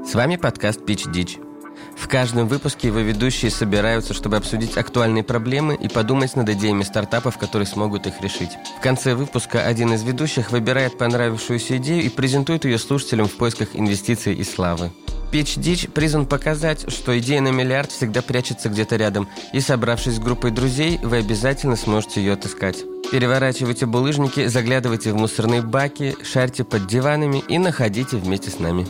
С вами подкаст Pitch Ditch. В каждом выпуске его ведущие собираются, чтобы обсудить актуальные проблемы и подумать над идеями стартапов, которые смогут их решить. В конце выпуска один из ведущих выбирает понравившуюся идею и презентует ее слушателям в поисках инвестиций и славы. Pitch Ditch призван показать, что идея на миллиард всегда прячется где-то рядом, и, собравшись с группой друзей, вы обязательно сможете ее отыскать. Переворачивайте булыжники, заглядывайте в мусорные баки, шарьте под диванами и находите вместе с нами.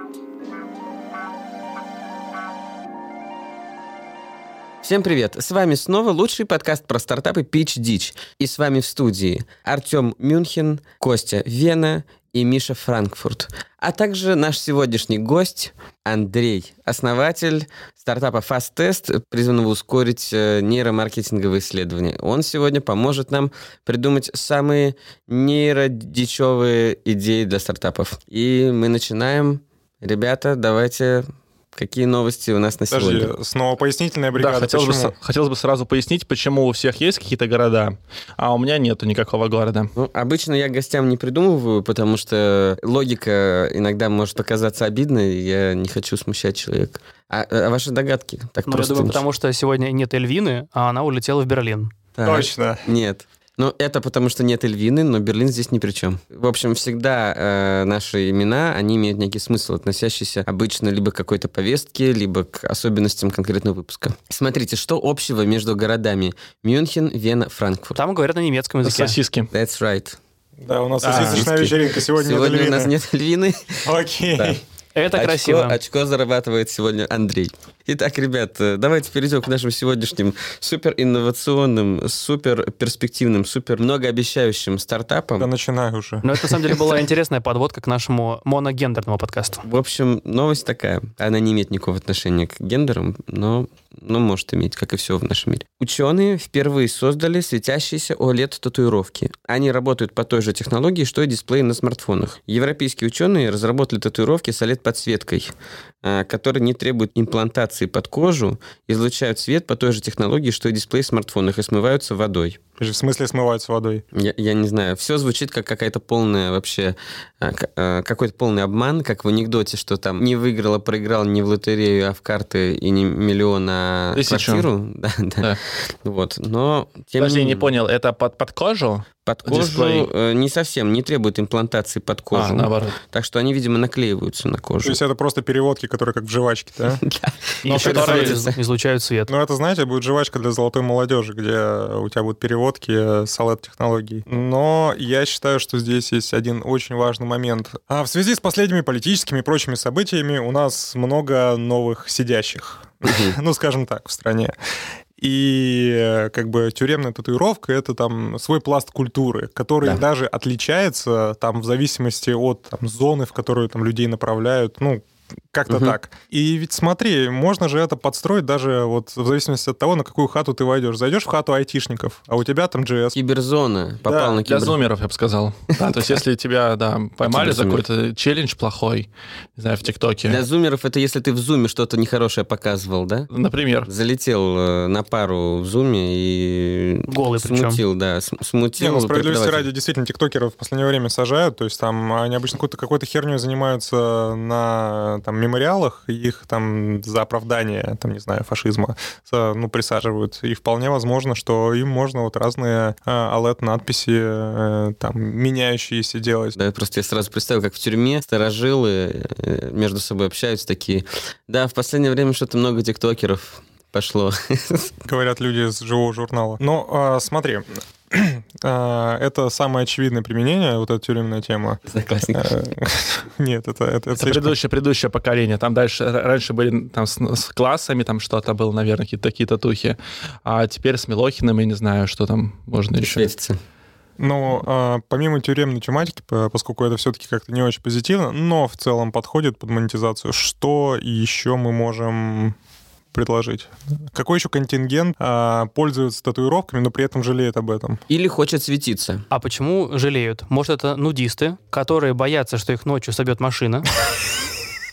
Всем привет! С вами снова лучший подкаст про стартапы Pitch Ditch. И с вами в студии Артем Мюнхен, Костя Вена и Миша Франкфурт. А также наш сегодняшний гость Андрей, основатель стартапа FastTest, призванного ускорить нейромаркетинговые исследования. Он сегодня поможет нам придумать самые нейродичевые идеи для стартапов. И мы начинаем. Ребята, давайте... Какие новости у нас на сегодня? Подожди, снова пояснительная бригада. Да, хотелось бы сразу пояснить, почему у всех есть какие-то города, а у меня нету никакого города. Ну, обычно я гостям не придумываю, потому что логика иногда может показаться обидной, и я не хочу смущать человека. А ваши догадки? Так просто я думаю, потому что сегодня нет Эльвины, а она улетела в Берлин. Так. Точно. Нет. Ну, это потому что нет Эльвины, но Берлин здесь ни при чем. В общем, всегда наши имена, они имеют некий смысл, относящийся обычно либо к какой-то повестке, либо к особенностям конкретного выпуска. Смотрите, что общего между городами Мюнхен, Вена, Франкфурт? Там говорят на немецком языке. Сосиски. That's right. Да, у нас сосисочная вечеринка. Сегодня у нас нет Эльвины. Окей. Да. Это красиво. Очко зарабатывает сегодня Андрей. Итак, ребят, давайте перейдем к нашим сегодняшним супер-инновационным, супер-перспективным, супер-многообещающим стартапам. Да начинаю уже. Но это, на самом деле, была интересная подводка к нашему моногендерному подкасту. В общем, новость такая. Она не имеет никакого отношения к гендерам, но может иметь, как и все в нашем мире. Ученые впервые создали светящиеся OLED-татуировки. Они работают по той же технологии, что и дисплеи на смартфонах. Европейские ученые разработали татуировки с OLED-подсветкой, которые не требуют имплантации под кожу, излучают свет по той же технологии, что и дисплей в смартфонах, и смываются водой. В смысле смываются водой? Я не знаю. Все звучит как какая-то полная вообще... Какой-то полный обман, как в анекдоте, что там не выиграл, а проиграл не в лотерею, а в карты, и не миллион, а квартиру. Да. Вот. Но... Подожди, я не понял, это под кожу? Под кожу не совсем, не требует имплантации под кожу. Наоборот. Так что они, видимо, наклеиваются на кожу. То есть это просто переводки, которые как в жвачке, да? И которые излучают свет. Ну, это, знаете, будет жвачка для золотой молодежи, где у тебя будут переводки с OLED-технологией. Но я считаю, что здесь есть один очень важный момент. В связи с последними политическими и прочими событиями у нас много новых сидящих, ну, скажем так, в стране. И как бы тюремная татуировка — это там свой пласт культуры, который даже отличается там в зависимости от зоны, в которую там людей направляют, ну, как-то так. И ведь смотри, можно же это подстроить даже вот в зависимости от того, на какую хату ты войдешь. Зайдешь в хату айтишников, а у тебя там JS. Киберзона. Попал на Для зумеров, я бы сказал. Да, то есть если тебя поймали за какой-то челлендж плохой, не знаю, в ТикТоке. Для зумеров это если ты в зуме что-то нехорошее показывал, да? Например. Залетел на пару в зуме и... Голый смутил, да. Смутил. Не, справедливости ради, действительно, тиктокеров в последнее время сажают, то есть там они обычно какой-то херней занимаются на там мемориалах, их там за оправдание, там, не знаю, фашизма, присаживают. И вполне возможно, что им можно вот разные OLED-надписи там меняющиеся делать. Да, просто я сразу представил, как в тюрьме старожилы между собой общаются такие. Да, в последнее время что-то много тиктокеров пошло. Говорят люди из живого журнала. Но смотри, это самое очевидное применение, вот эта тюремная тема. Нет, это предыдущее поколение. Там дальше, раньше были там с классами, там что-то было, наверное, какие-то такие татухи. А теперь с Милохиным, я не знаю, что там можно еще. Светится. Ну, помимо тюремной тематики, поскольку это все-таки как-то не очень позитивно, но в целом подходит под монетизацию, что еще мы можем предложить? Какой еще контингент пользуется татуировками, но при этом жалеет об этом? Или хочет светиться. А почему жалеют? Может, это нудисты, которые боятся, что их ночью собьет машина?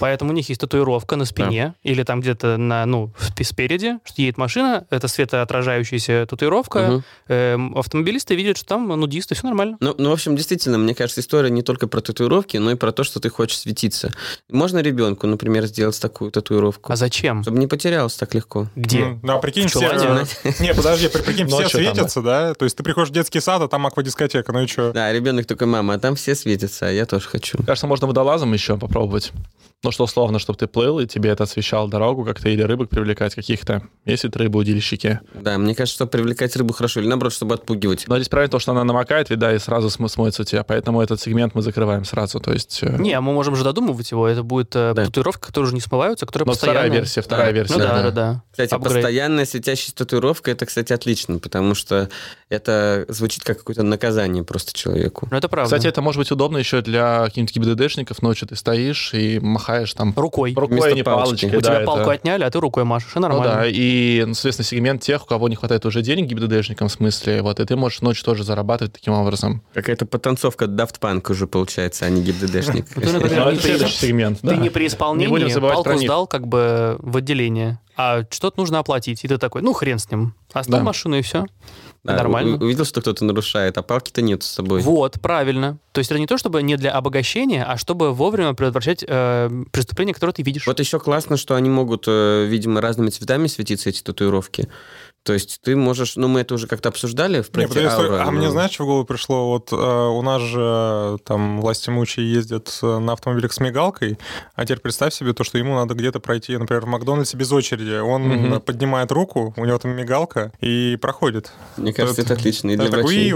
Поэтому у них есть татуировка на спине или там где-то спереди, что едет машина, это светоотражающаяся татуировка. Автомобилисты видят, что там нудисты, все нормально. Ну, в общем, действительно, мне кажется, история не только про татуировки, но и про то, что ты хочешь светиться. Можно ребенку, например, сделать такую татуировку. А зачем? Чтобы не потерялся так легко. Где? Ну, а прикинь, все... Не, подожди, прикинь, все светятся, да? То есть ты приходишь в детский сад, а там аквадискотека, ну и что? Да, ребенок такой: мама, а там все светятся, а я тоже хочу. Кажется, можно водолазом еще попробовать. Ну, что условно, чтобы ты плыл, и тебе это освещал дорогу как-то, или рыбок привлекать каких-то. Есть рыбу удильщики. Да, мне кажется, чтобы привлекать рыбу хорошо, или наоборот, чтобы отпугивать. Но здесь правильно то, что она намокает, и сразу смоется у тебя, поэтому этот сегмент мы закрываем сразу, то есть... Не, мы можем же додумывать его, это будет татуировки, которые уже не смываются, которые постоянно... Вторая версия. Ну да. Кстати, постоянная светящаяся татуировка, это, кстати, отлично, потому что это звучит как какое-то наказание просто человеку. Ну, это правда. Кстати, это может быть удобно еще для каких-нибудь ГИБДДшников, ночью ты стоишь и махаешь там... Рукой, не палочкой. У тебя палку отняли, а ты рукой машешь, и нормально. Ну да, и, соответственно, сегмент тех, у кого не хватает уже денег ГИБДДшникам, в смысле, и ты можешь ночью тоже зарабатывать таким образом. Какая-то потанцовка Daft Punk уже получается, а не ГИБДДшник. Следующий сегмент. Ты не при исполнении палку сдал как бы в отделение, а что-то нужно оплатить, и ты такой, хрен с ним, оставь машину и все. Да, нормально. Увидел, что кто-то нарушает, а палки-то нет с собой. Вот, правильно. То есть это не то, чтобы не для обогащения, а чтобы вовремя предотвращать преступления, которые ты видишь. Вот еще классно, что они могут, видимо, разными цветами светиться, эти татуировки. То есть ты можешь... мы это уже как-то обсуждали в проекте «Аура». Мне знаешь, что в голову пришло? Вот у нас же там властимущие ездят на автомобилях с мигалкой, а теперь представь себе то, что ему надо где-то пройти, например, в Макдональдсе без очереди. Он поднимает руку, у него там мигалка, и проходит. Мне кажется, это отлично. И для врачей.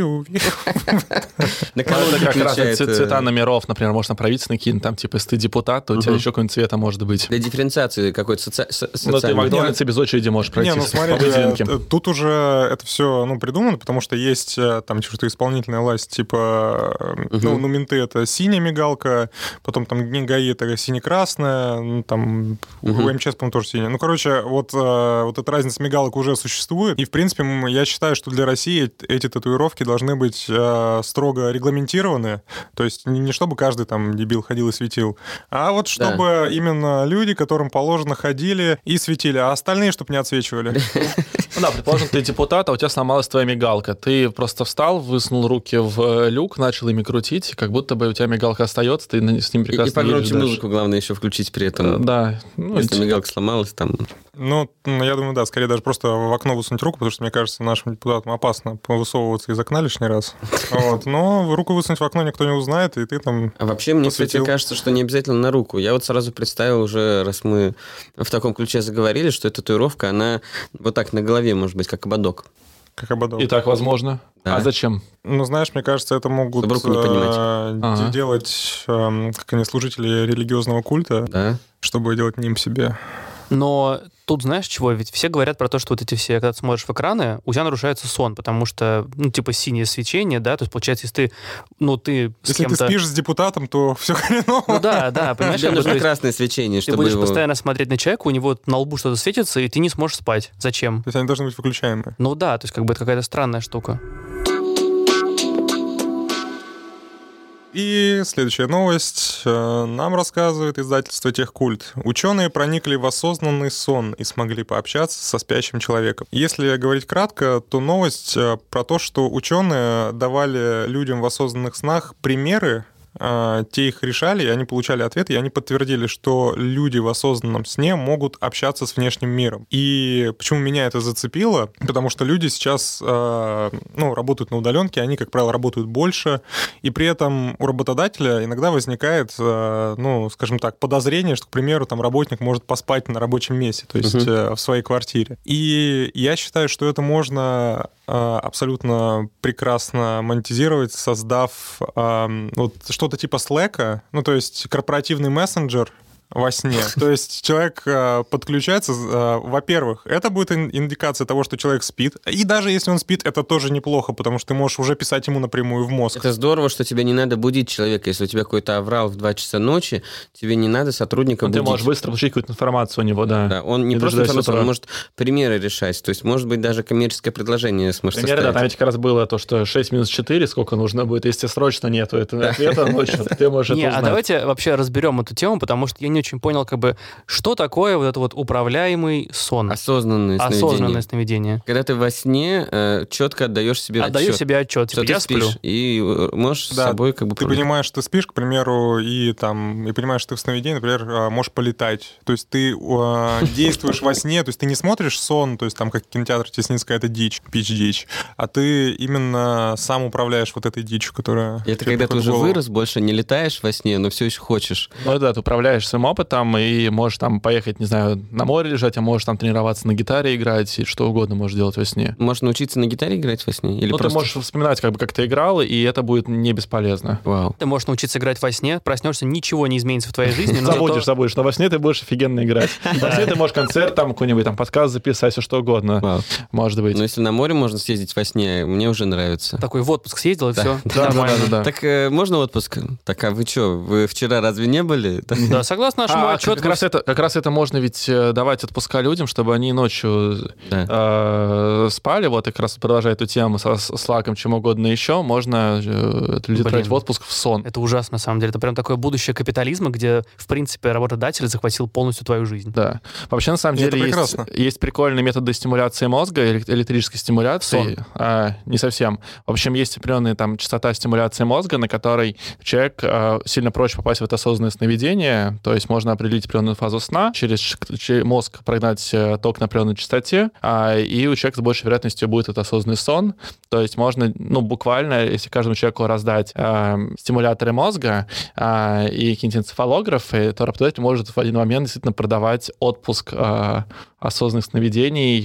Это как раз цвета номеров, например, можно проявиться на какие-то там, типа, если ты депутат, то у тебя еще какой-нибудь цвета может быть. Для дифференциации какой-то социальный. Но ты в Макдональдсе без очереди можешь пройти. Смотри, тут уже это все придумано, потому что есть там что-то исполнительная власть, типа, менты — это синяя мигалка, потом там ГАИ — это сине-красная, там у МЧС, по-моему, тоже синяя. Вот эта разница мигалок уже существует, и, в принципе, я считаю, что для России эти татуировки должны быть строго регламентированы, то есть не чтобы каждый там дебил ходил и светил, а вот чтобы именно люди, которым положено, ходили и светили, а остальные, чтобы не отсвечивали. Да, предположим, ты депутат, а у тебя сломалась твоя мигалка. Ты просто встал, высунул руки в люк, начал ими крутить, как будто бы у тебя мигалка остается, ты с ним прекрасно едешь. И погромче музыку, главное, еще включить при этом. Да. Если мигалка сломалась, там... я думаю, да, скорее даже просто в окно высунуть руку, потому что, мне кажется, нашим депутатам опасно высовываться из окна лишний раз. Но руку высунуть в окно никто не узнает, и ты там... А вообще, мне, кстати, кажется, что не обязательно на руку. Я вот сразу представил уже, раз мы в таком ключе заговорили, что эта татуировка, она вот так на голове может быть, как ободок. Как ободок. И так возможно. Да. А зачем? Знаешь, мне кажется, это могут делать как они, служители религиозного культа, чтобы делать ним себе. Но тут знаешь чего? Ведь все говорят про то, что вот эти все, когда ты смотришь в экраны, у тебя нарушается сон, потому что, синее свечение, да, то есть, получается, если ты с если кем-то... ты спишь с депутатом, то все хреново. Да, понимаешь? Тебе нужно красное свечение, чтобы ты будешь постоянно смотреть на человека, у него на лбу что-то светится, и ты не сможешь спать. Зачем? То есть они должны быть выключаемые. Да, то есть это какая-то странная штука. И следующая новость нам рассказывает издательство «Техкульт». Ученые проникли в осознанный сон и смогли пообщаться со спящим человеком. Если говорить кратко, то новость про то, что ученые давали людям в осознанных снах примеры, те их решали, и они получали ответы, и они подтвердили, что люди в осознанном сне могут общаться с внешним миром. И почему меня это зацепило? Потому что люди сейчас работают на удаленке, они, как правило, работают больше, и при этом у работодателя иногда возникает, скажем так, подозрение, что, к примеру, там работник может поспать на рабочем месте, то есть в своей квартире. И я считаю, что это можно абсолютно прекрасно монетизировать, создав что-то типа Slack'а, то есть корпоративный мессенджер во сне. То есть человек подключается, во-первых, это будет индикация того, что человек спит. И даже если он спит, это тоже неплохо, потому что ты можешь уже писать ему напрямую в мозг. Это здорово, что тебе не надо будить человека. Если у тебя какой-то аврал в 2 часа ночи, тебе не надо сотрудника будить. Ты можешь быстро получить какую-то информацию у него, да. Да, он не просто информацию, он может примеры решать. То есть, может быть, даже коммерческое предложение сможет составить. Да, там ведь как раз было то, что 6 минус 4, сколько нужно будет, если срочно нету этого ответа ночью, ты можешь это узнать. А давайте вообще разберем эту тему, потому что я не очень понял, как бы, что такое вот это вот управляемый сон. Осознанное сновидение. Когда ты во сне четко отдаешь себе отчет. Что типа, ты спишь, и можешь с собой как бы... Ты понимаешь, что ты спишь, к примеру, и понимаешь, что ты в сновидении, например, можешь полетать. То есть ты действуешь во сне, то есть ты не смотришь сон, то есть там как кинотеатр тебе снится какая-то пич-дичь, а ты именно сам управляешь вот этой дичью, которая... Это когда ты уже вырос, больше не летаешь во сне, но все еще хочешь. Ну да, ты управляешь своим опытом и можешь там поехать, не знаю, на море лежать, а можешь там тренироваться на гитаре играть, и что угодно можешь делать во сне. Можешь научиться на гитаре играть во сне? Или ну, просто... ты можешь вспоминать, как ты играл, и это будет не бесполезно. Вау. Ты можешь научиться играть во сне, проснешься, ничего не изменится в твоей жизни. Забудешь, но во сне ты будешь офигенно играть. Во сне ты можешь концерт, там какой-нибудь там подкаст записать, все что угодно. Может быть. Но если на море можно съездить во сне, мне уже нравится. Такой в отпуск съездил, и все. Да. Так можно отпуск? Так, а вы что, вы вчера разве не были? Да, согласно нашему отчету. Как раз это можно ведь давать отпуска людям, чтобы они ночью спали, вот и как раз продолжая эту тему с лаком, чем угодно еще, можно летать в отпуск в сон. Это ужасно, на самом деле. Это прям такое будущее капитализма, где, в принципе, работодатель захватил полностью твою жизнь. Да. Вообще, на самом деле, есть прикольные методы стимуляции мозга, электрической стимуляции. Не совсем. В общем, есть определенная там частота стимуляции мозга, на которой человек сильно проще попасть в это осознанное сновидение. То есть можно определить определенную фазу сна, через мозг прогнать ток на определенной частоте, и у человека с большей вероятностью будет это осознанный сон. То есть можно, буквально, если каждому человеку раздать стимуляторы мозга и какие-нибудь энцефалографы, то работодатель может в один момент действительно продавать отпуск осознанных сновидений,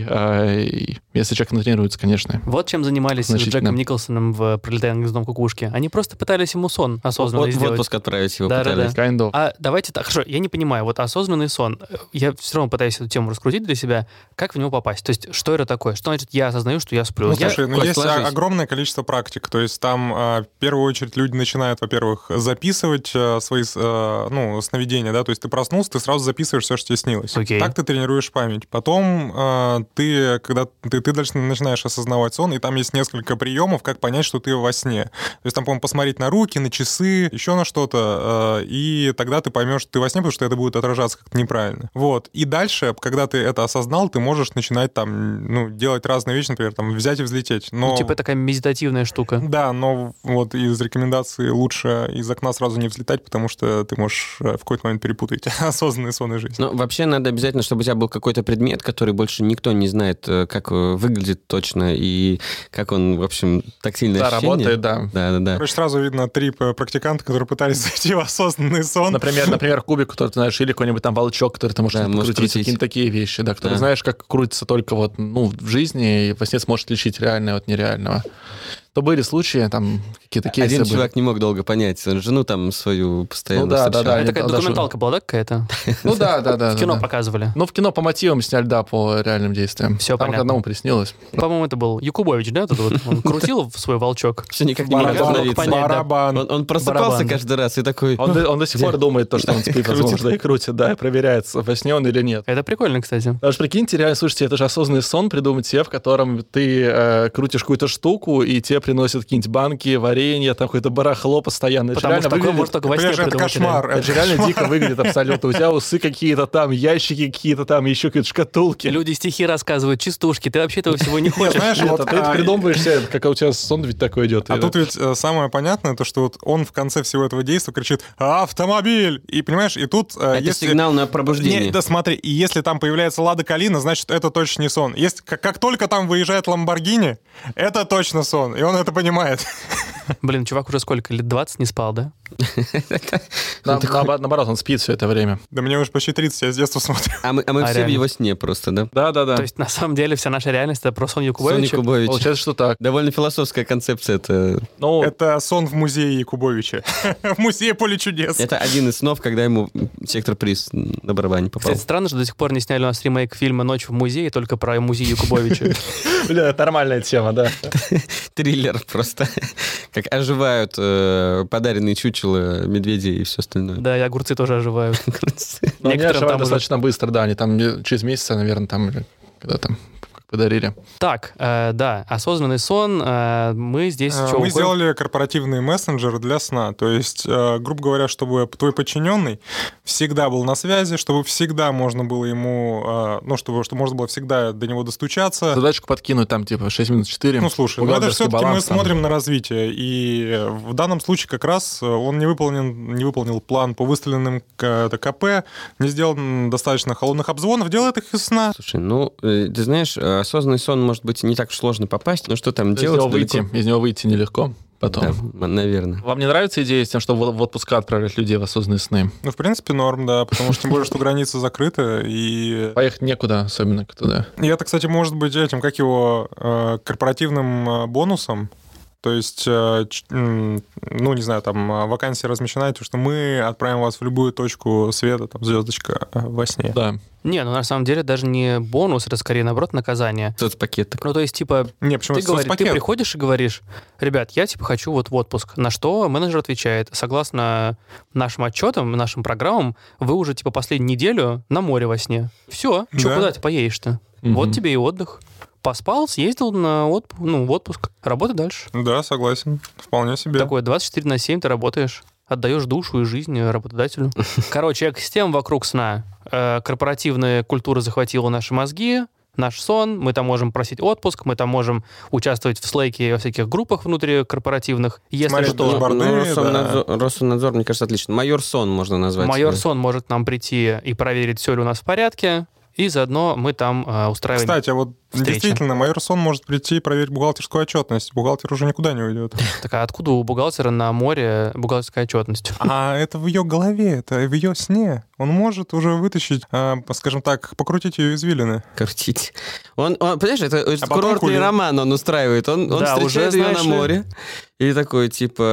если человек натренируется, конечно. Вот чем занимались с Джеком Николсоном в «Пролетая над гнездом кукушки». Они просто пытались ему сон осознанно сделать. В отпуск отправить его пытались. Kind of. А давайте так, хорошо, я не понимаю, вот осознанный сон, я все равно пытаюсь эту тему раскрутить для себя, как в него попасть? То есть что это такое? Что значит я осознаю, что я сплю? Слушай, есть огромное количество практик, то есть там в первую очередь люди начинают, во-первых, записывать свои сновидения, да, то есть ты проснулся, ты сразу записываешь все, что тебе снилось. Окей. Так ты тренируешь память. Потом когда ты дальше начинаешь осознавать сон, и там есть несколько приемов, как понять, что ты во сне. То есть там, по-моему, посмотреть на руки, на часы, еще на что-то, и тогда ты поймешь, что ты во сне, потому что это будет отражаться как-то неправильно. Вот. И дальше, когда ты это осознал, ты можешь начинать там, делать разные вещи, например, там, взять и взлететь. Но... типа такая медитативная штука. Да, но вот из рекомендаций лучше из окна сразу не взлетать, потому что ты можешь в какой-то момент перепутать осознанный сон и жизнь. Ну, вообще надо обязательно, чтобы у тебя был какой-то предмет, который больше никто не знает, как выглядит точно и как он, в общем, тактильное ощущение. Работает, да. Да. Короче, сразу видно 3 практиканта, которые пытались зайти в осознанный сон. Например, кубик, который ты знаешь, или какой-нибудь там волчок, который ты можешь крутить, какие-то такие вещи, да, которые знаешь, как крутится только в жизни, и во сне сможешь отличить реальное от нереального. То были случаи, там какие-то кейсы Один были. чувак не мог долго понять, он жену там свою постоянно встречал. Да. Это такая документалка была, да, какая-то? Да. В кино показывали. В кино по мотивам сняли, да, по реальным действиям. Все там понятно. одному приснилось. По-моему, это был Якубович, да? Он крутил свой волчок. Все никак не мог остановиться. Барабан. Он просыпался каждый раз и такой... Он до сих пор думает, что он спит, возможно, и крутит, да, и проверяет, во сне он или нет. Это прикольно, кстати. Потому что, прикиньте, реально, слушайте, это же осознанный сон придумать себе, в котором ты крутишь какую-то штуку, и тебе приносят какие-нибудь банки, варенье, там какое-то барахло постоянно. Потому что такое может только во сне это кошмар. Это же реально дико выглядит абсолютно. У тебя усы какие-то там, ящики какие-то там, еще какие-то шкатулки. Люди стихи рассказывают, частушки. Ты вообще этого всего не хочешь. Знаешь, Нет, ты придумываешь себе, как у тебя сон ведь такой идет. А тут ведь самое понятное, то, что вот он в конце всего этого действия кричит «Автомобиль!» И понимаешь, и тут... Это сигнал на пробуждение. Да, смотри, и если там появляется Лада Калина, значит, это точно не сон. Как только там выезжает Ламборгини, это точно сон, и он это понимает. Блин, чувак уже сколько, лет 20 не спал, да? Наоборот, он спит все это время. Да мне уже почти 30, я с детства смотрю. А мы все в его сне просто, да? Да. То есть, на самом деле, вся наша реальность — это про сон Якубовича? Сон Якубовича. Получается, что так. Довольно философская концепция. Это сон в музее Якубовича. В музее Поле чудес. Это один из снов, когда ему сектор-приз на барабане попал. Кстати, странно, что до сих пор не сняли у нас ремейк фильма «Ночь в музее», только про музей Якубовича. Бля, это нормальная тема, да. Триллер просто. Как оживают подаренные чучела медведей и все остальное. Да, и огурцы тоже оживают. Но они оживают достаточно быстро, да. Они там через месяц, наверное, там, когда там подарили. Так, да, осознанный сон. Мы здесь... Мы сделали корпоративный мессенджер для сна. То есть, грубо говоря, чтобы твой подчиненный всегда был на связи, чтобы всегда можно было ему... чтобы можно было всегда до него достучаться. Задачку подкинуть там, типа, 6 минут 4. Ну, слушай, это все-таки мы смотрим на развитие. И в данном случае как раз он не выполнил план по выставленным КП, не сделал достаточно холодных обзвонов, делает их из сна. Слушай, ты знаешь, осознанный сон может быть не так сложно попасть, но что там делать? Из него выйти нелегко потом. Да, наверное. Вам не нравится идея с тем, что в отпуска отправлять людей в осознанные сны? Ну, в принципе, норм, да, потому что тем более, что граница закрыта, и... Поехать некуда, особенно туда. И это, кстати, может быть этим, как его, корпоративным бонусом. То есть, не знаю, там вакансия размещена, что мы отправим вас в любую точку света, там, звездочка во сне. Да. Не, на самом деле даже не бонус, это скорее, наоборот, наказание. Соцпакет такой. Ну, то есть, типа, не, почему ты приходишь и говоришь, ребят, я, хочу вот в отпуск. На что менеджер отвечает, согласно нашим отчетам, нашим программам, вы уже, последнюю неделю на море во сне. Все, куда ты поедешь-то? Вот тебе и отдых. Поспал, съездил в отпуск, работай дальше. Да, согласен, вполне себе. Такое 24/7 ты работаешь, отдаешь душу и жизнь работодателю. Короче, экосистема вокруг сна. Корпоративная культура захватила наши мозги, наш сон, мы там можем просить отпуск, мы там можем участвовать в слэке во всяких группах внутрикорпоративных. Если смотреть что, Роскомнадзор, мне кажется, отлично. Майор Сон можно назвать. Майор Сон может к нам прийти и проверить, все ли у нас в порядке. И заодно мы там устраиваем встречи. Действительно, майор Сон может прийти и проверить бухгалтерскую отчетность. Бухгалтер уже никуда не уйдет. Так а откуда у бухгалтера на море бухгалтерская отчетность? А это в ее голове, это в ее сне. Он может уже вытащить, скажем так, покрутить ее извилины. Крутить. Понимаешь, это курортный роман он устраивает. Он встречает ее на море. И такой,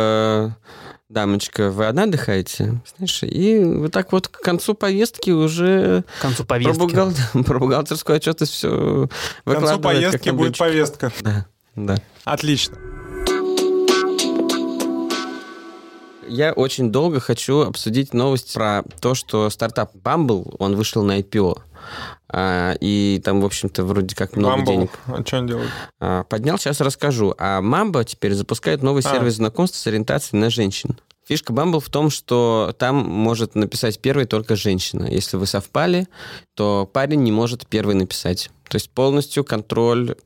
дамочка, вы одна отдыхаете? Знаешь, и вот так вот к концу поездки уже... К концу повестки. Про бухгалтерскую отчетность все выкладывает. К концу поездки будет повестка. Да. Отлично. Я очень долго хочу обсудить новость про то, что стартап Bumble, он вышел на IPO. И там, в общем-то, вроде как много денег. А что он делает? Поднял, сейчас расскажу. А Mamba теперь запускает новый сервис знакомств с ориентацией на женщин. Фишка Bumble в том, что там может написать первой только женщина. Если вы совпали, то парень не может первый написать. То есть полностью контроль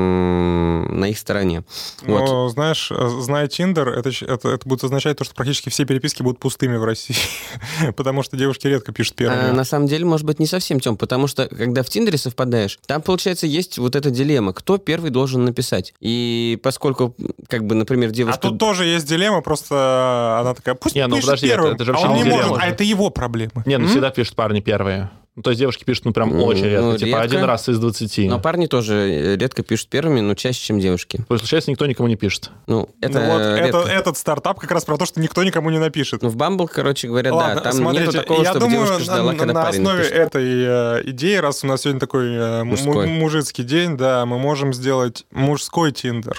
на их стороне. Но, знаешь, зная Tinder, это будет означать то, что практически все переписки будут пустыми в России. Потому что девушки редко пишут первыми. На самом деле, может быть, не совсем, Тём, потому что, когда в Тиндере совпадаешь, там, получается, есть вот эта дилемма, кто первый должен написать. И поскольку, например, девушка... А тут тоже есть дилемма, просто она такая, пусть пишет первым, это же а он не может, а это его проблема. Всегда пишут парни первые. То есть девушки пишут, прям очень редко. Редко. Один раз из 20. Но парни тоже редко пишут первыми, но чаще, чем девушки. Получается, никто никому не пишет. Этот стартап как раз про то, что никто никому не напишет. В Bumble, короче говоря, ладно, там смотрите, нету такого, чтобы девушка ждала, когда парень на основе напишет. этой идеи, раз у нас сегодня такой мужицкий день, да, мы можем сделать мужской Tinder.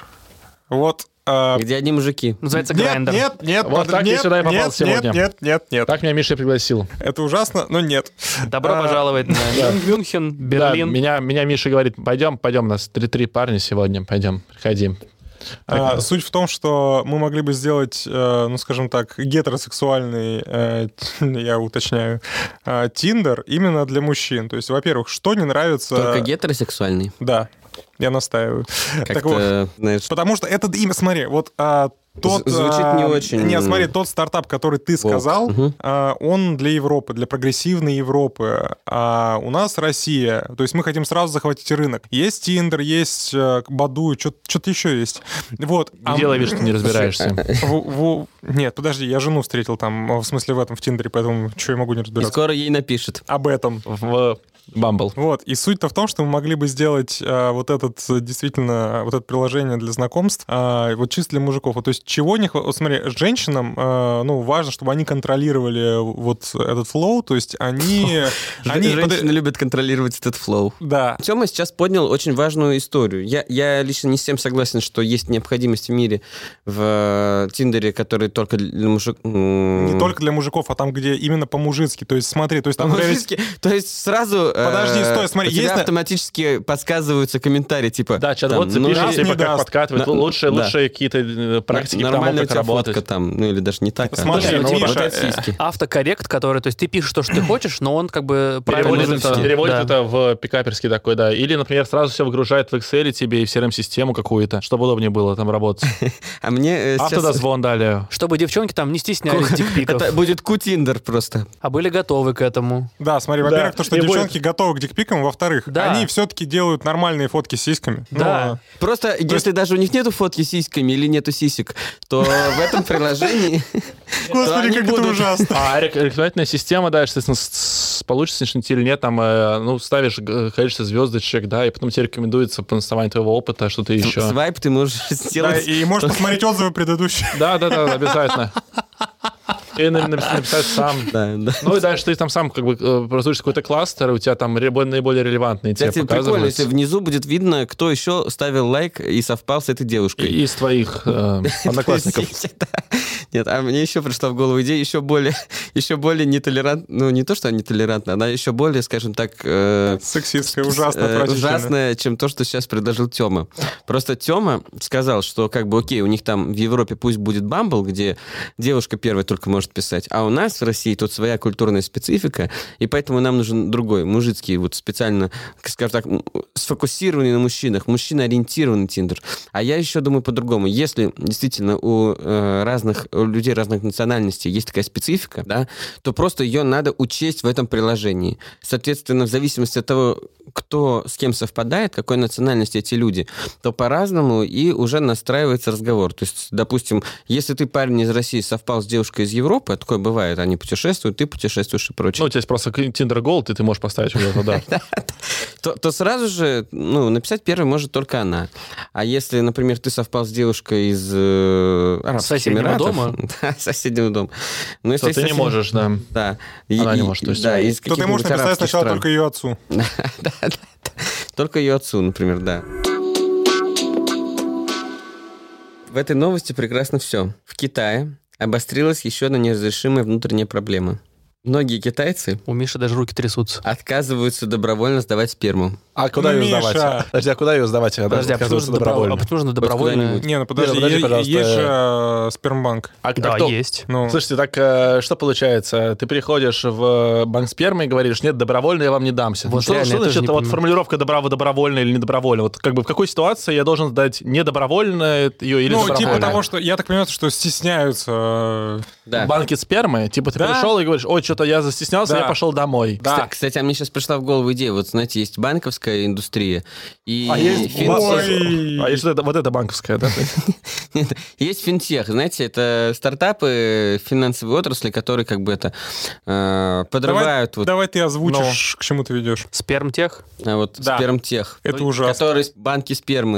Где одни мужики. Называется Grindr. Нет. Вот так я сюда и попал сегодня. Нет. Так меня Миша пригласил. Это ужасно, но нет. Добро пожаловать на Мюнхен, Берлин. Да, меня Миша говорит, пойдем, у нас 3 парня сегодня, пойдем, приходи. Суть в том, что мы могли бы сделать, скажем так, гетеросексуальный, я уточняю, Tinder именно для мужчин. То есть, во-первых, что не нравится... Только гетеросексуальный? Да. Я настаиваю. Знаешь... Потому что это имя, смотри, звучит не очень... Нет, смотри, тот стартап, который ты сказал, он для Европы, для прогрессивной Европы. А у нас Россия. То есть мы хотим сразу захватить рынок. Есть Tinder, есть Баду, что-то еще есть. Делай вид, что не разбираешься. Нет, подожди, я жену встретил там, в смысле в этом, в Тиндере, поэтому что я могу не разбираться. И скоро ей напишет. Об этом. В Bumble. И суть-то в том, что мы могли бы сделать вот это приложение для знакомств чисто для мужиков. То есть есть чего не хватает? Вот смотри, женщинам, важно, чтобы они контролировали вот этот флоу, то есть они... Женщины любят контролировать этот флоу. Да. Тёма сейчас поднял очень важную историю. Я лично не с тем согласен, что есть необходимость в мире в Тиндере, который только для мужиков... Не только для мужиков, а там, где именно по-мужицки. То есть смотри, то есть там... По-мужицки? То есть сразу... Подожди, стой, смотри. У тебя автоматически подсказываются комментарии, типа... Да, чат-бот запишет, типа, как подкатывает. Лучшие какие-то практики, нормальная как работать. Фотка там, или даже не так. Смотри, автокоррект, который... То есть ты пишешь то, что ты хочешь, но он как бы... Переводит это в пикаперский такой, да. Или, например, сразу все выгружает в Excel тебе и в CRM-систему какую-то, чтобы удобнее было там работать. А мне Автодозвон далее. Чтобы девчонки там не стеснялись дикпиков. Это будет Q-Tinder просто. А были готовы к этому. Да, смотри, во-первых, то, что девчонки готовы к дикпикам, во-вторых, они все-таки делают нормальные фотки с сиськами. Да. Просто если даже у них нету фотки с сиськами или нету сисек, то в этом приложении... Господи, как это ужасно. А рекомендательная система, да, естественно, получится или нет, там, ставишь количество звездочек, да, и потом тебе рекомендуется по наставанию твоего опыта что-то еще. Свайп ты можешь сделать. Да, и можешь посмотреть отзывы предыдущие. Да, обязательно. И написать сам. Да. Ну и дальше ты там сам как бы образуешь какой-то кластер, и у тебя там наиболее релевантные тебе показывают. Прикольно, если внизу будет видно, кто еще ставил лайк и совпал с этой девушкой. И из твоих одноклассников. Нет, а мне еще пришла в голову идея еще более нетолерантная, ну не то, что она нетолерантная, она еще более, скажем так... сексистская, ужасная, чем то, что сейчас предложил Тёма. Просто Тёма сказал, что как бы окей, у них там в Европе пусть будет Bumble, где девушка первая только может писать, а у нас в России тут своя культурная специфика, и поэтому нам нужен другой, мужицкий, вот специально, скажем так, сфокусированный на мужчинах, мужчино-ориентированный Тиндер. А я еще думаю по-другому. Если действительно у людей разных национальностей есть такая специфика, да, то просто ее надо учесть в этом приложении. Соответственно, в зависимости от того, кто с кем совпадает, какой национальности эти люди, то по-разному и уже настраивается разговор. То есть, допустим, если ты парень из России совпал с девушкой из Европы, а такое бывает, они путешествуют, ты путешествуешь и прочее. Ну, у тебя есть просто Tinder Gold, и ты можешь поставить уже туда. То сразу же, написать первой может только она. А если, например, ты совпал с девушкой из Арабских Эмиратов... Да, соседнего дома. То ты не можешь, да. Да. Она не может. То ты можешь написать сначала только ее отцу. Да. Только ее отцу, например, да. В этой новости прекрасно все. В Китае обострилась еще одна неразрешимая внутренняя проблема. Многие китайцы... У Миши даже руки трясутся. Отказываются добровольно сдавать сперму. А куда ее сдавать? Подожди, а куда ее сдавать? Подожди, а почему нужно добровольно? Не, ну подожди, есть же спермбанк. Да, есть. Слушайте, так что получается? Ты приходишь в банк спермы и говоришь, нет, добровольно я вам не дамся. Вот что значит вот формулировка добровольно или недобровольно? Вот как бы в какой ситуации я должен сдать недобровольно ее или добровольно? Ну, типа того, что, я так понимаю, что стесняются... Банки спермы? Типа ты пришел и говоришь, ой, что-то я застеснялся, я пошел домой. Да. Кстати, а мне сейчас пришла в голову идея. Вот, знаете, есть банковская индустрия. И есть вот это банковская, да? Есть финтех. Знаете, это стартапы финансовой отрасли, которые как бы это подрывают... Давай ты озвучишь, к чему ты ведешь. Спермтех? Спермтех. Это ужасно. Которые банки спермы...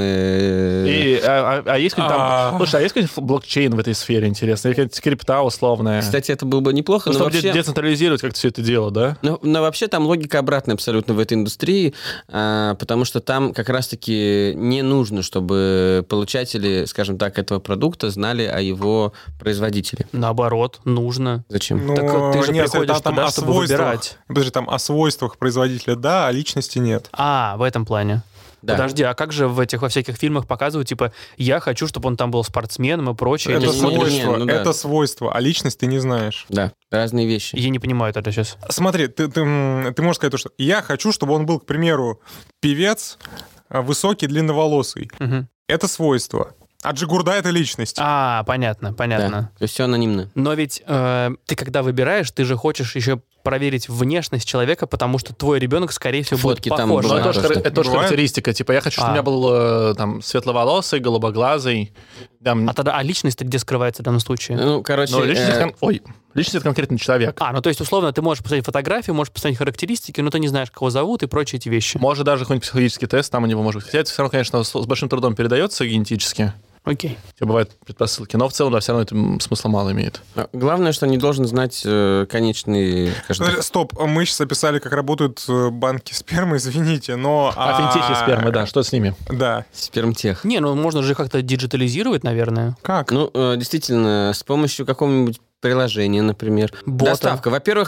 А есть там... Слушай, а есть какой-нибудь блокчейн в этой сфере, интересно? Или какая-то крипта условная? Кстати, это было бы неплохо, но вообще... децентрализировать как-то все это дело, да? Но вообще там логика обратная абсолютно в этой индустрии, потому что там как раз-таки не нужно, чтобы получатели, скажем так, этого продукта знали о его производителе. Наоборот, нужно. Зачем? Так ты же приходишь туда, чтобы выбирать. Подожди, там о свойствах производителя, да, а личности нет. В этом плане. Да. Подожди, а как же во всяких фильмах показывают, типа, я хочу, чтобы он там был спортсменом и прочее? Это свойство, а личность ты не знаешь. Да, разные вещи. Я не понимаю это сейчас. Смотри, ты можешь сказать, что я хочу, чтобы он был, к примеру, певец, высокий, длинноволосый. Угу. Это свойство. А Джигурда — это личность. Понятно. Да, то есть все анонимно. Но ведь ты когда выбираешь, ты же хочешь еще проверить внешность человека, потому что твой ребенок, скорее всего, фотки будет похож. Там это тоже характеристика. Типа, я хочу, чтобы у меня был там светловолосый, голубоглазый. А личность-то где скрывается в данном случае? Личность — это конкретный человек. То есть, условно, ты можешь посмотреть фотографию, можешь посмотреть характеристики, но ты не знаешь, кого зовут и прочие эти вещи. Может, даже какой-нибудь психологический тест там у него может быть. Хотя это все равно, конечно, с большим трудом передается генетически. Окей. Бывают предпосылки, но в целом, да, все равно это смысла мало имеет. Главное, что не должен знать конечный... Стоп, мы сейчас описали, как работают банки спермы, извините, но... Финтехи спермы, да, что с ними? Да. Спермтех. Не, ну можно же как-то диджитализировать, наверное. Как? Ну, действительно, с помощью какого-нибудь приложения, например. Бота. Доставка. Во-первых,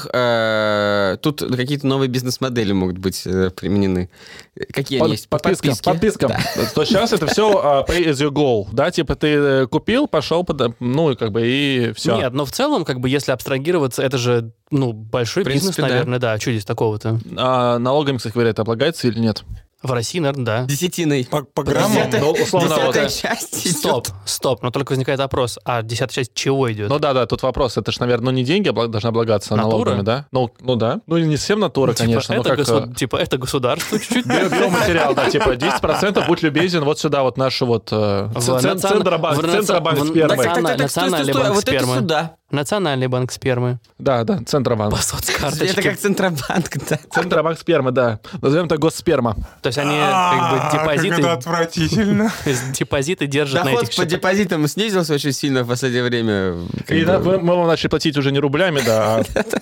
тут какие-то новые бизнес-модели могут быть применены. Какие они есть? Подпискам. Да. То сейчас это все pay as you go, да, типа ты купил, пошел, ну и как бы и все. Нет, но в целом, как бы, если абстрагироваться, это же, ну, большой бизнес, наверное, да. Что здесь такого-то? Налогами, кстати говоря, это облагается или нет? В России, наверное, да. Десятиной. По граммам? Ну, условно, Десятая часть идет. Стоп. Но только возникает вопрос, а 10-я часть чего идет? Ну да, тут вопрос. Это же, наверное, не деньги должны облагаться налогами, да? Ну да. Ну не совсем натура, конечно. Это государство чуть-чуть. Биоматериал, да, типа 10%, будь любезен, вот сюда вот нашу вот Центробанк спермы. Национальный банк Вот это спермы. сюда. Национальный банк спермы. Да, Центробанк. По соцкарточке. Это как Центробанк, да. Центробанк спермы, да. Назовем это госсперма. То есть они как бы Как это отвратительно. депозиты держат на этих Доход по депозитам снизился очень сильно в последнее время. И мы вам начали платить уже не рублями, да,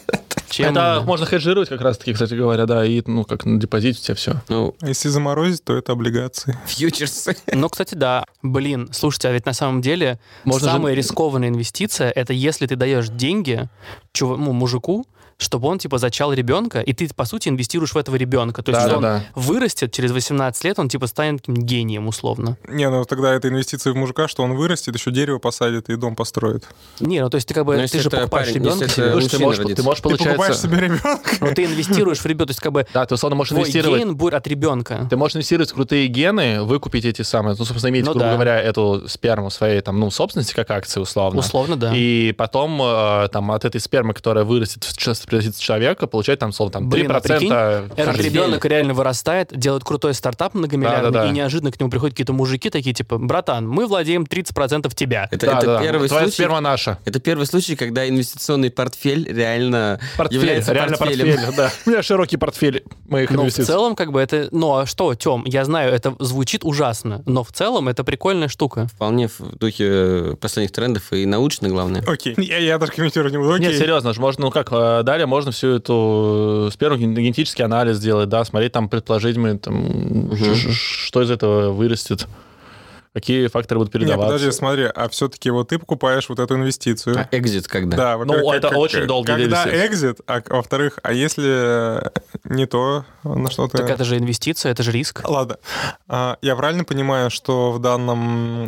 это можно хеджировать как раз-таки, кстати говоря, да, и, ну, как на депозите у тебя все. Ну, а если заморозить, то это облигации. Фьючерсы. Ну, кстати, да. Блин, слушайте, а ведь на самом деле самая рискованная инвестиция — это если ты даешь деньги мужику, чтобы он, типа, зачал ребенка, и ты, по сути, инвестируешь в этого ребенка. То есть он вырастет, через 18 лет он, типа, станет каким-то гением, условно. Не, ну тогда это инвестиция в мужика, что он вырастет, еще дерево посадит и дом построит. Не, ну то есть ты как бы, ты же покупаешь ребенка себе. Ты можешь, получается... Ты покупаешь себе ребенка. Но ты инвестируешь в ребенка, то есть как бы... Да, ты условно можешь инвестировать... Твой ген будет от ребенка. Ты можешь инвестировать в крутые гены, выкупить эти самые, ну, собственно, иметь, грубо говоря, эту сперму своей, там, ну, собственности, как акции, условно. Условно, да. И потом, там, от этой спермы, которая вырастет, превратится в человека, получать там, словно, там, 3%. Этот ребенок реально вырастает, делает крутой стартап многомиллиардный, и неожиданно к нему приходят какие-то мужики такие, типа, братан, мы владеем 30% тебя. Это первый твоя случай. Сперма наша. Это первый случай, когда инвестиционный портфель реально является портфелем. Портфель, да. У меня широкий портфель моих инвестиций. В целом, как бы это... Ну, а что, Тём, я знаю, это звучит ужасно, но в целом это прикольная штука. Вполне в духе последних трендов и научно, главное. Окей. Я даже комментировать не буду. Нет, серьезно, можно, ну как, далее можно всю эту сперму генетический анализ делать, да, смотреть там предположительно, там, что из этого вырастет. Какие факторы будут передаваться? Нет, подожди, смотри, а все-таки вот ты покупаешь вот эту инвестицию. А экзит когда? Да, ну, это очень долгий когда экзит, а во-вторых, а если не то, на что ты... Так это же инвестиция, это же риск. Ладно. Я правильно понимаю, что в данном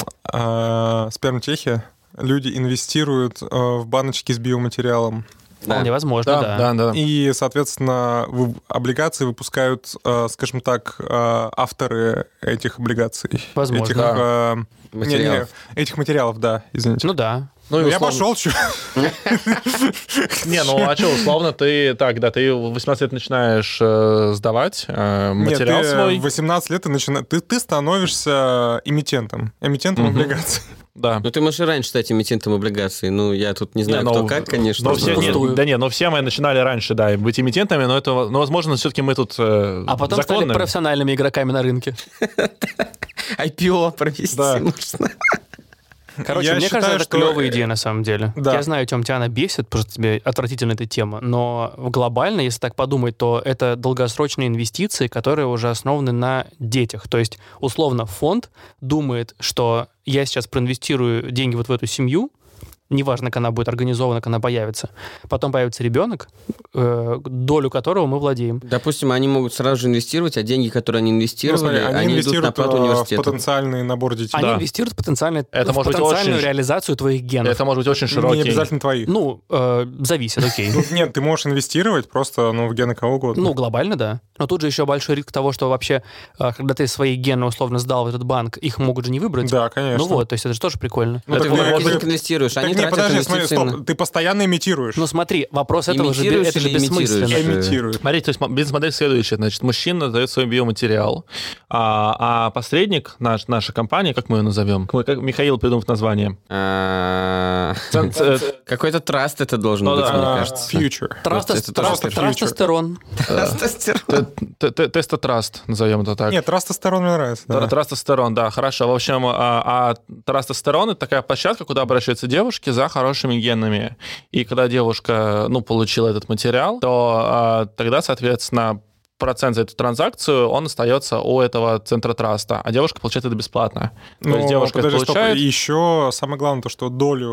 спермтехе люди инвестируют в баночки с биоматериалом? Вполне возможно, да. И, соответственно, облигации выпускают, скажем так, авторы этих облигаций. Возможно. Этих материалов, да, извините. Ну да. Ну, я пошел, что? Не, ну а что, условно, ты ты в 18 лет начинаешь сдавать материал свой. Нет, в 18 лет ты становишься эмитентом облигаций. Да. Ну, ты можешь и раньше стать эмитентом облигаций. Ну, я тут не знаю, кто как, конечно. Но все мы начинали раньше, да, быть эмитентами, но это, возможно, все-таки мы тут а потом стали профессиональными игроками на рынке. IPO провести можно. Короче, мне кажется, это клевая идея на самом деле. Да. Я знаю, Тём, тебя она бесит, потому что тебе отвратительна эта тема, но глобально, если так подумать, то это долгосрочные инвестиции, которые уже основаны на детях. То есть, условно, фонд думает, что я сейчас проинвестирую деньги вот в эту семью, неважно, как она будет организована, как она появится. Потом появится ребенок, долю которого мы владеем. Допустим, они могут сразу же инвестировать, а деньги, которые они инвестировали, они идут на оплату университета. В потенциальный набор детей. Они инвестируют в потенциальную реализацию твоих генов. Это может быть очень широкий. Не обязательно твоих. Ну, зависит, окей. Нет, ты можешь инвестировать просто в гены кого угодно. Ну, глобально, да. Но тут же еще большой риск того, что вообще, когда ты свои гены условно сдал в этот банк, их могут же не выбрать. Да, конечно. Ну вот, то есть это же тоже прикольно. Ты в маркетинг инвестируешь, они Не, подожди, смотри, стоп, ты постоянно имитируешь. Ну смотри, вопрос этого же, это же бессмысленно. Имитирует. Смотрите, то есть бизнес-модель следующая. Значит, мужчина дает свой биоматериал, а посредник, наша компания, как мы ее назовем? Как Михаил придумает название. Какой-то траст это должен быть, мне кажется. Future. Трастостерон. Тестотраст, назовем это так. Нет, трастостерон мне нравится. Трастостерон, да, хорошо. В общем, трастостерон — это такая площадка, куда обращаются девушки за хорошими генами. И когда девушка, получила этот материал, то тогда, соответственно, процент за эту транзакцию, он остается у этого центра траста, а девушка получает это бесплатно. То есть девушка получает... Еще самое главное, то, что долю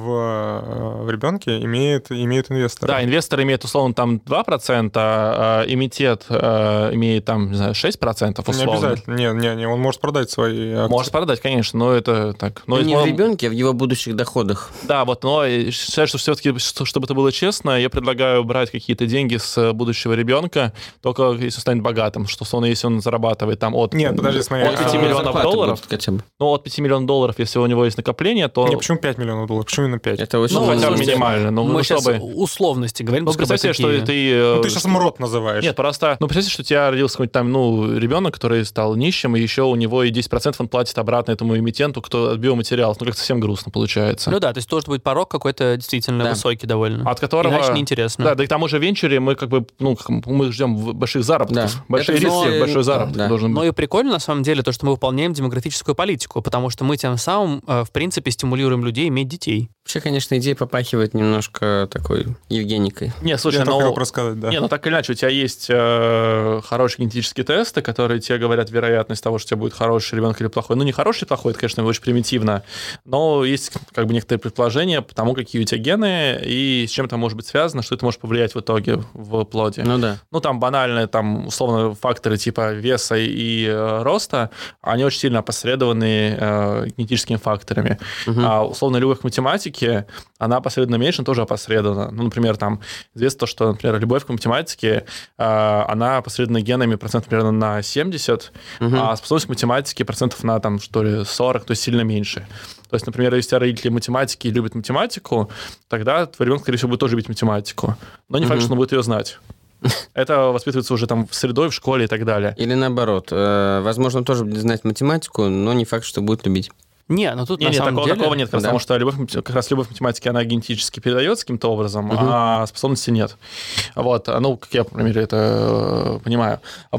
в ребенке имеет инвестор. Да, инвестор имеет, условно, там 2%, а эмитет имеет, там, не знаю, 6% условно. Не обязательно. Не, он может продать свои акции. Может продать, конечно, но это так. Но не в ребенке, а в его будущих доходах. Да, но считаю, что все-таки, чтобы это было честно, я предлагаю брать какие-то деньги с будущего ребенка, только если станет богатым, что, условно, если он зарабатывает там от 5 миллионов долларов, от 5 миллионов долларов, если у него есть накопление, то... Не, почему 5 миллионов долларов? Почему именно 5? Это очень хотя бы минимально. Мы сейчас условности говорим. Представьте, что ты... ты сейчас МРОТ называешь. Нет, просто... представьте, что у тебя родился какой-то там, ребенок, который стал нищим, и еще у него и 10% он платит обратно этому эмитенту, кто от биоматериалов. Как-то совсем грустно получается. То есть должен быть порог какой-то действительно высокий довольно. От которого... Иначе неинтересно. Да, и к тому же в венчуре мы мы ждем больших заработков. Большие риски, большой заработок должен быть. Но и прикольно, на самом деле, то, что мы выполняем демографическую политику, потому что мы тем самым, в принципе, стимулируем людей иметь детей. Вообще, конечно, идея попахивает немножко такой Евгеникой. Не, слушай, я хотел рассказать, да. Не, так или иначе, у тебя есть хорошие генетические тесты, которые тебе говорят вероятность того, что у тебя будет хороший ребенок или плохой. Не хороший или плохой, это, конечно, очень примитивно, но есть некоторые предположения по тому, какие у тебя гены и с чем это может быть связано, что это может повлиять в итоге в плоде. Там банальные, условно, факторы типа веса и роста, они очень сильно опосредованы генетическими факторами. А условно, любовь к математике, она опосредованно меньше, но тоже опосредована. Например, известно то, что, например, любовь к математике, она опосредована генами процентов примерно на 70, а способность к математике процентов на 40, то есть сильно меньше. То есть, например, если родители математики любят математику, тогда твой ребенок, скорее всего, будет тоже любить математику. Но не факт, что он будет ее знать. Это воспитывается уже в средой, в школе и так далее. Или наоборот. Возможно, тоже будет знать математику, но не факт, что будет любить. Тут на самом деле... Такого нет, потому что любовь к математике, она генетически передается каким-то образом, а способности нет. Как я, по мере, это понимаю.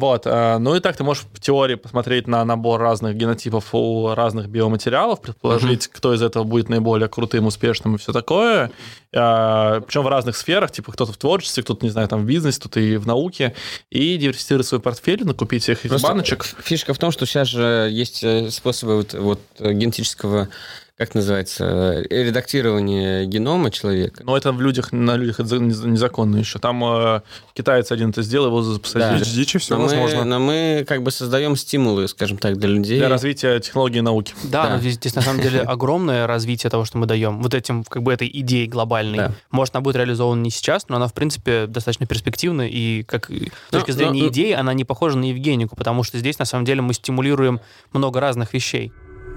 И так ты можешь в теории посмотреть на набор разных генотипов у разных биоматериалов, предположить, кто из этого будет наиболее крутым, успешным и все такое. Причем в разных сферах, кто-то в творчестве, кто-то, не знаю, в бизнесе, кто-то и в науке, и диверсифицировать свой портфель, накупить всех этих баночек. Фишка в том, что сейчас же есть способы генетического, как называется, редактирования генома человека. Но это на людях это незаконно еще. Там китаец один это сделал, его посадили. Дичь, все возможно. Но мы создаем стимулы, скажем так, для людей. Для развития технологий и науки. Да, но здесь на самом деле огромное развитие того, что мы даем. Этой идеей глобальной. Да. Может, она будет реализована не сейчас, но она, в принципе, достаточно перспективна. И с точки зрения идеи она не похожа на Евгенику, потому что здесь, на самом деле, мы стимулируем много разных вещей.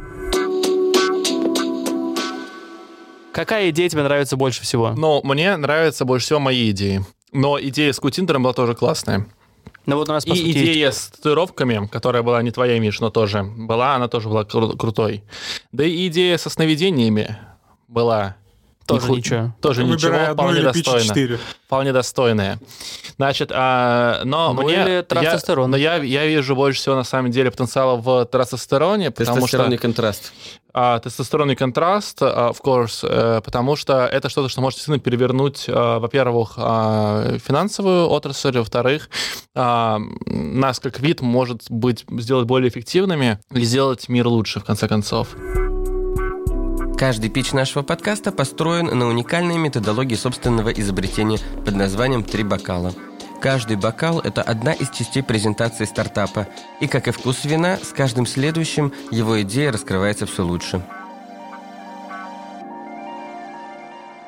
Какая идея тебе нравится больше всего? Мне нравятся больше всего мои идеи. Но идея с Q-Тиндером была тоже классная. У нас, по сути, идея с татуировками, которая была не твоя, Миш, но тоже была, она тоже была крутой. Да и идея со сновидениями была... Тоже ничего. Вполне достойная. Вполне достойная. Значит, или трастостерон. Но я вижу больше всего, на самом деле, потенциала в трастостероне, потому что... Тестостеронный контраст. Тестостеронный контраст, of course, потому что это что-то, что может действительно перевернуть, во-первых, финансовую отрасль, во-вторых, нас как вид может сделать более эффективными и сделать мир лучше, в конце концов. Каждый питч нашего подкаста построен на уникальной методологии собственного изобретения под названием «3 бокала». Каждый бокал – это одна из частей презентации стартапа. И, как и вкус вина, с каждым следующим его идея раскрывается все лучше.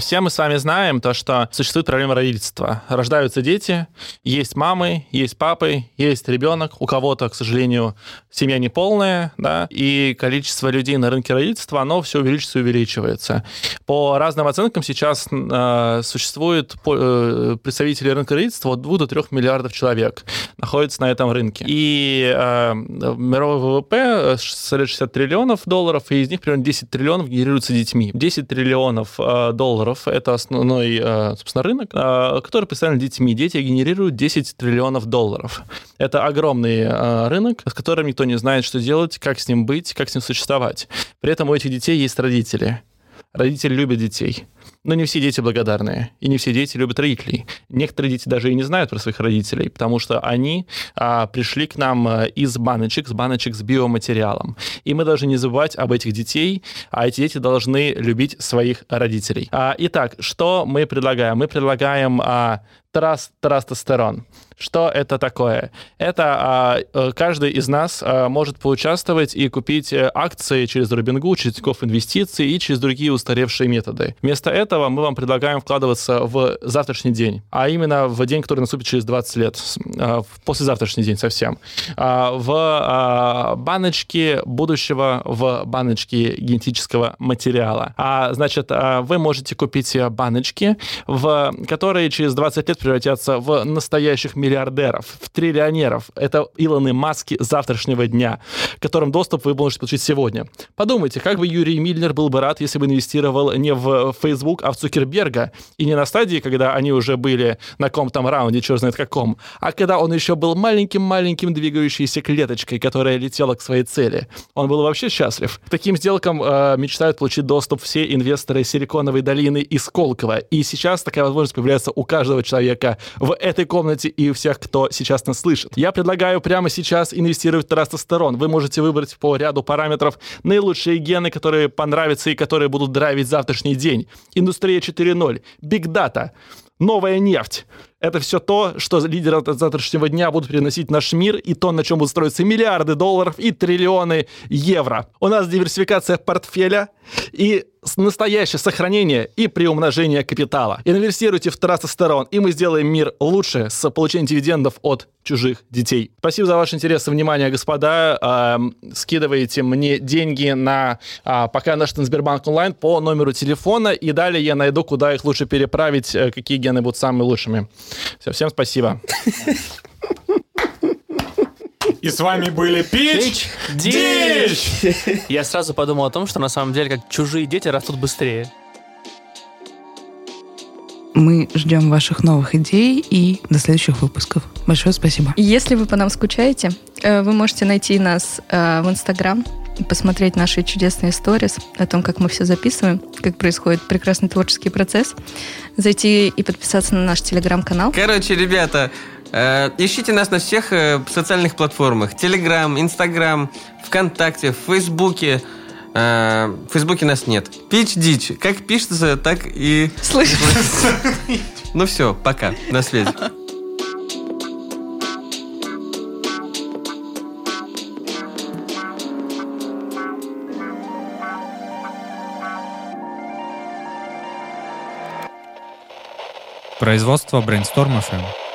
Все мы с вами знаем то, что существует проблема родительства. Рождаются дети, есть мамы, есть папы, есть ребенок. У кого-то, к сожалению, семья неполная, да, и количество людей на рынке родительства, оно все увеличивается и увеличивается. По разным оценкам сейчас существует представители рынка родительства от 2 до 3 миллиардов человек находятся на этом рынке. И мировой ВВП составляет 60 триллионов долларов, и из них примерно 10 триллионов генерируется детьми. 10 триллионов долларов — это основной, собственно, рынок, который представлен детьми. Дети генерируют 10 триллионов долларов. Это огромный рынок, с которым никто не знает, что делать, как с ним быть, как с ним существовать. При этом у этих детей есть родители. Родители любят детей. Но не все дети благодарные, и не все дети любят родителей. Некоторые дети даже и не знают про своих родителей, потому что они пришли к нам из баночек с биоматериалом. И мы должны не забывать об этих детей, а эти дети должны любить своих родителей. Итак, что мы предлагаем? Мы предлагаем трастостерон. Что это такое? Это каждый из нас может поучаствовать и купить акции через Robinhood, через Тинькофф Инвестиции и через другие устаревшие методы. Вместо этого мы вам предлагаем вкладываться в завтрашний день, а именно в день, который наступит через 20 лет, в послезавтрашний день совсем, в баночки будущего, в баночки генетического материала. Значит, вы можете купить баночки, которые через 20 лет превратятся в настоящих миллиардеров, в триллионеров. Это Илоны Маски завтрашнего дня, к которым доступ вы можете получить сегодня. Подумайте, как бы Юрий Мильнер был бы рад, если бы инвестировал не в Facebook, а в Цукерберга, и не на стадии, когда они уже были на каком-то раунде, черт знает каком, а когда он еще был маленьким двигающейся клеточкой, которая летела к своей цели. Он был вообще счастлив. К таким сделкам мечтают получить доступ все инвесторы Силиконовой долины и Сколково. И сейчас такая возможность появляется у каждого человека в этой комнате и у всех, кто сейчас нас слышит. Я предлагаю прямо сейчас инвестировать в трастостерон. Вы можете выбрать по ряду параметров наилучшие гены, которые понравятся и которые будут драйвить завтрашний день. Индустрия 4.0, Big Data, новая нефть. Это все то, что лидеры завтрашнего дня будут переносить в наш мир, и то, на чем будут строиться миллиарды долларов и триллионы евро. У нас диверсификация портфеля и настоящее сохранение и приумножение капитала. Инвестируйте в трастостерон, и мы сделаем мир лучше с получением дивидендов от чужих детей. Спасибо за ваш интерес и внимание, господа. Скидывайте мне деньги на пока наш Сбербанк онлайн по номеру телефона, и далее я найду, куда их лучше переправить, какие гены будут самыми лучшими. Все, всем спасибо. И с вами были Пич Дич! Я сразу подумал о том, что на самом деле как чужие дети растут быстрее. Мы ждем ваших новых идей и до следующих выпусков. Большое спасибо. Если вы по нам скучаете, вы можете найти нас в Инстаграм, посмотреть наши чудесные сторис о том, как мы все записываем, как происходит прекрасный творческий процесс, зайти и подписаться на наш Телеграм-канал. Короче, ребята, ищите нас на всех социальных платформах. Телеграм, Инстаграм, ВКонтакте, в Фейсбуке. В Фейсбуке нас нет. Пич Дич. Как пишется, так и... Слышишь? Ну все, пока. На связи. Производство Brainstorm FM.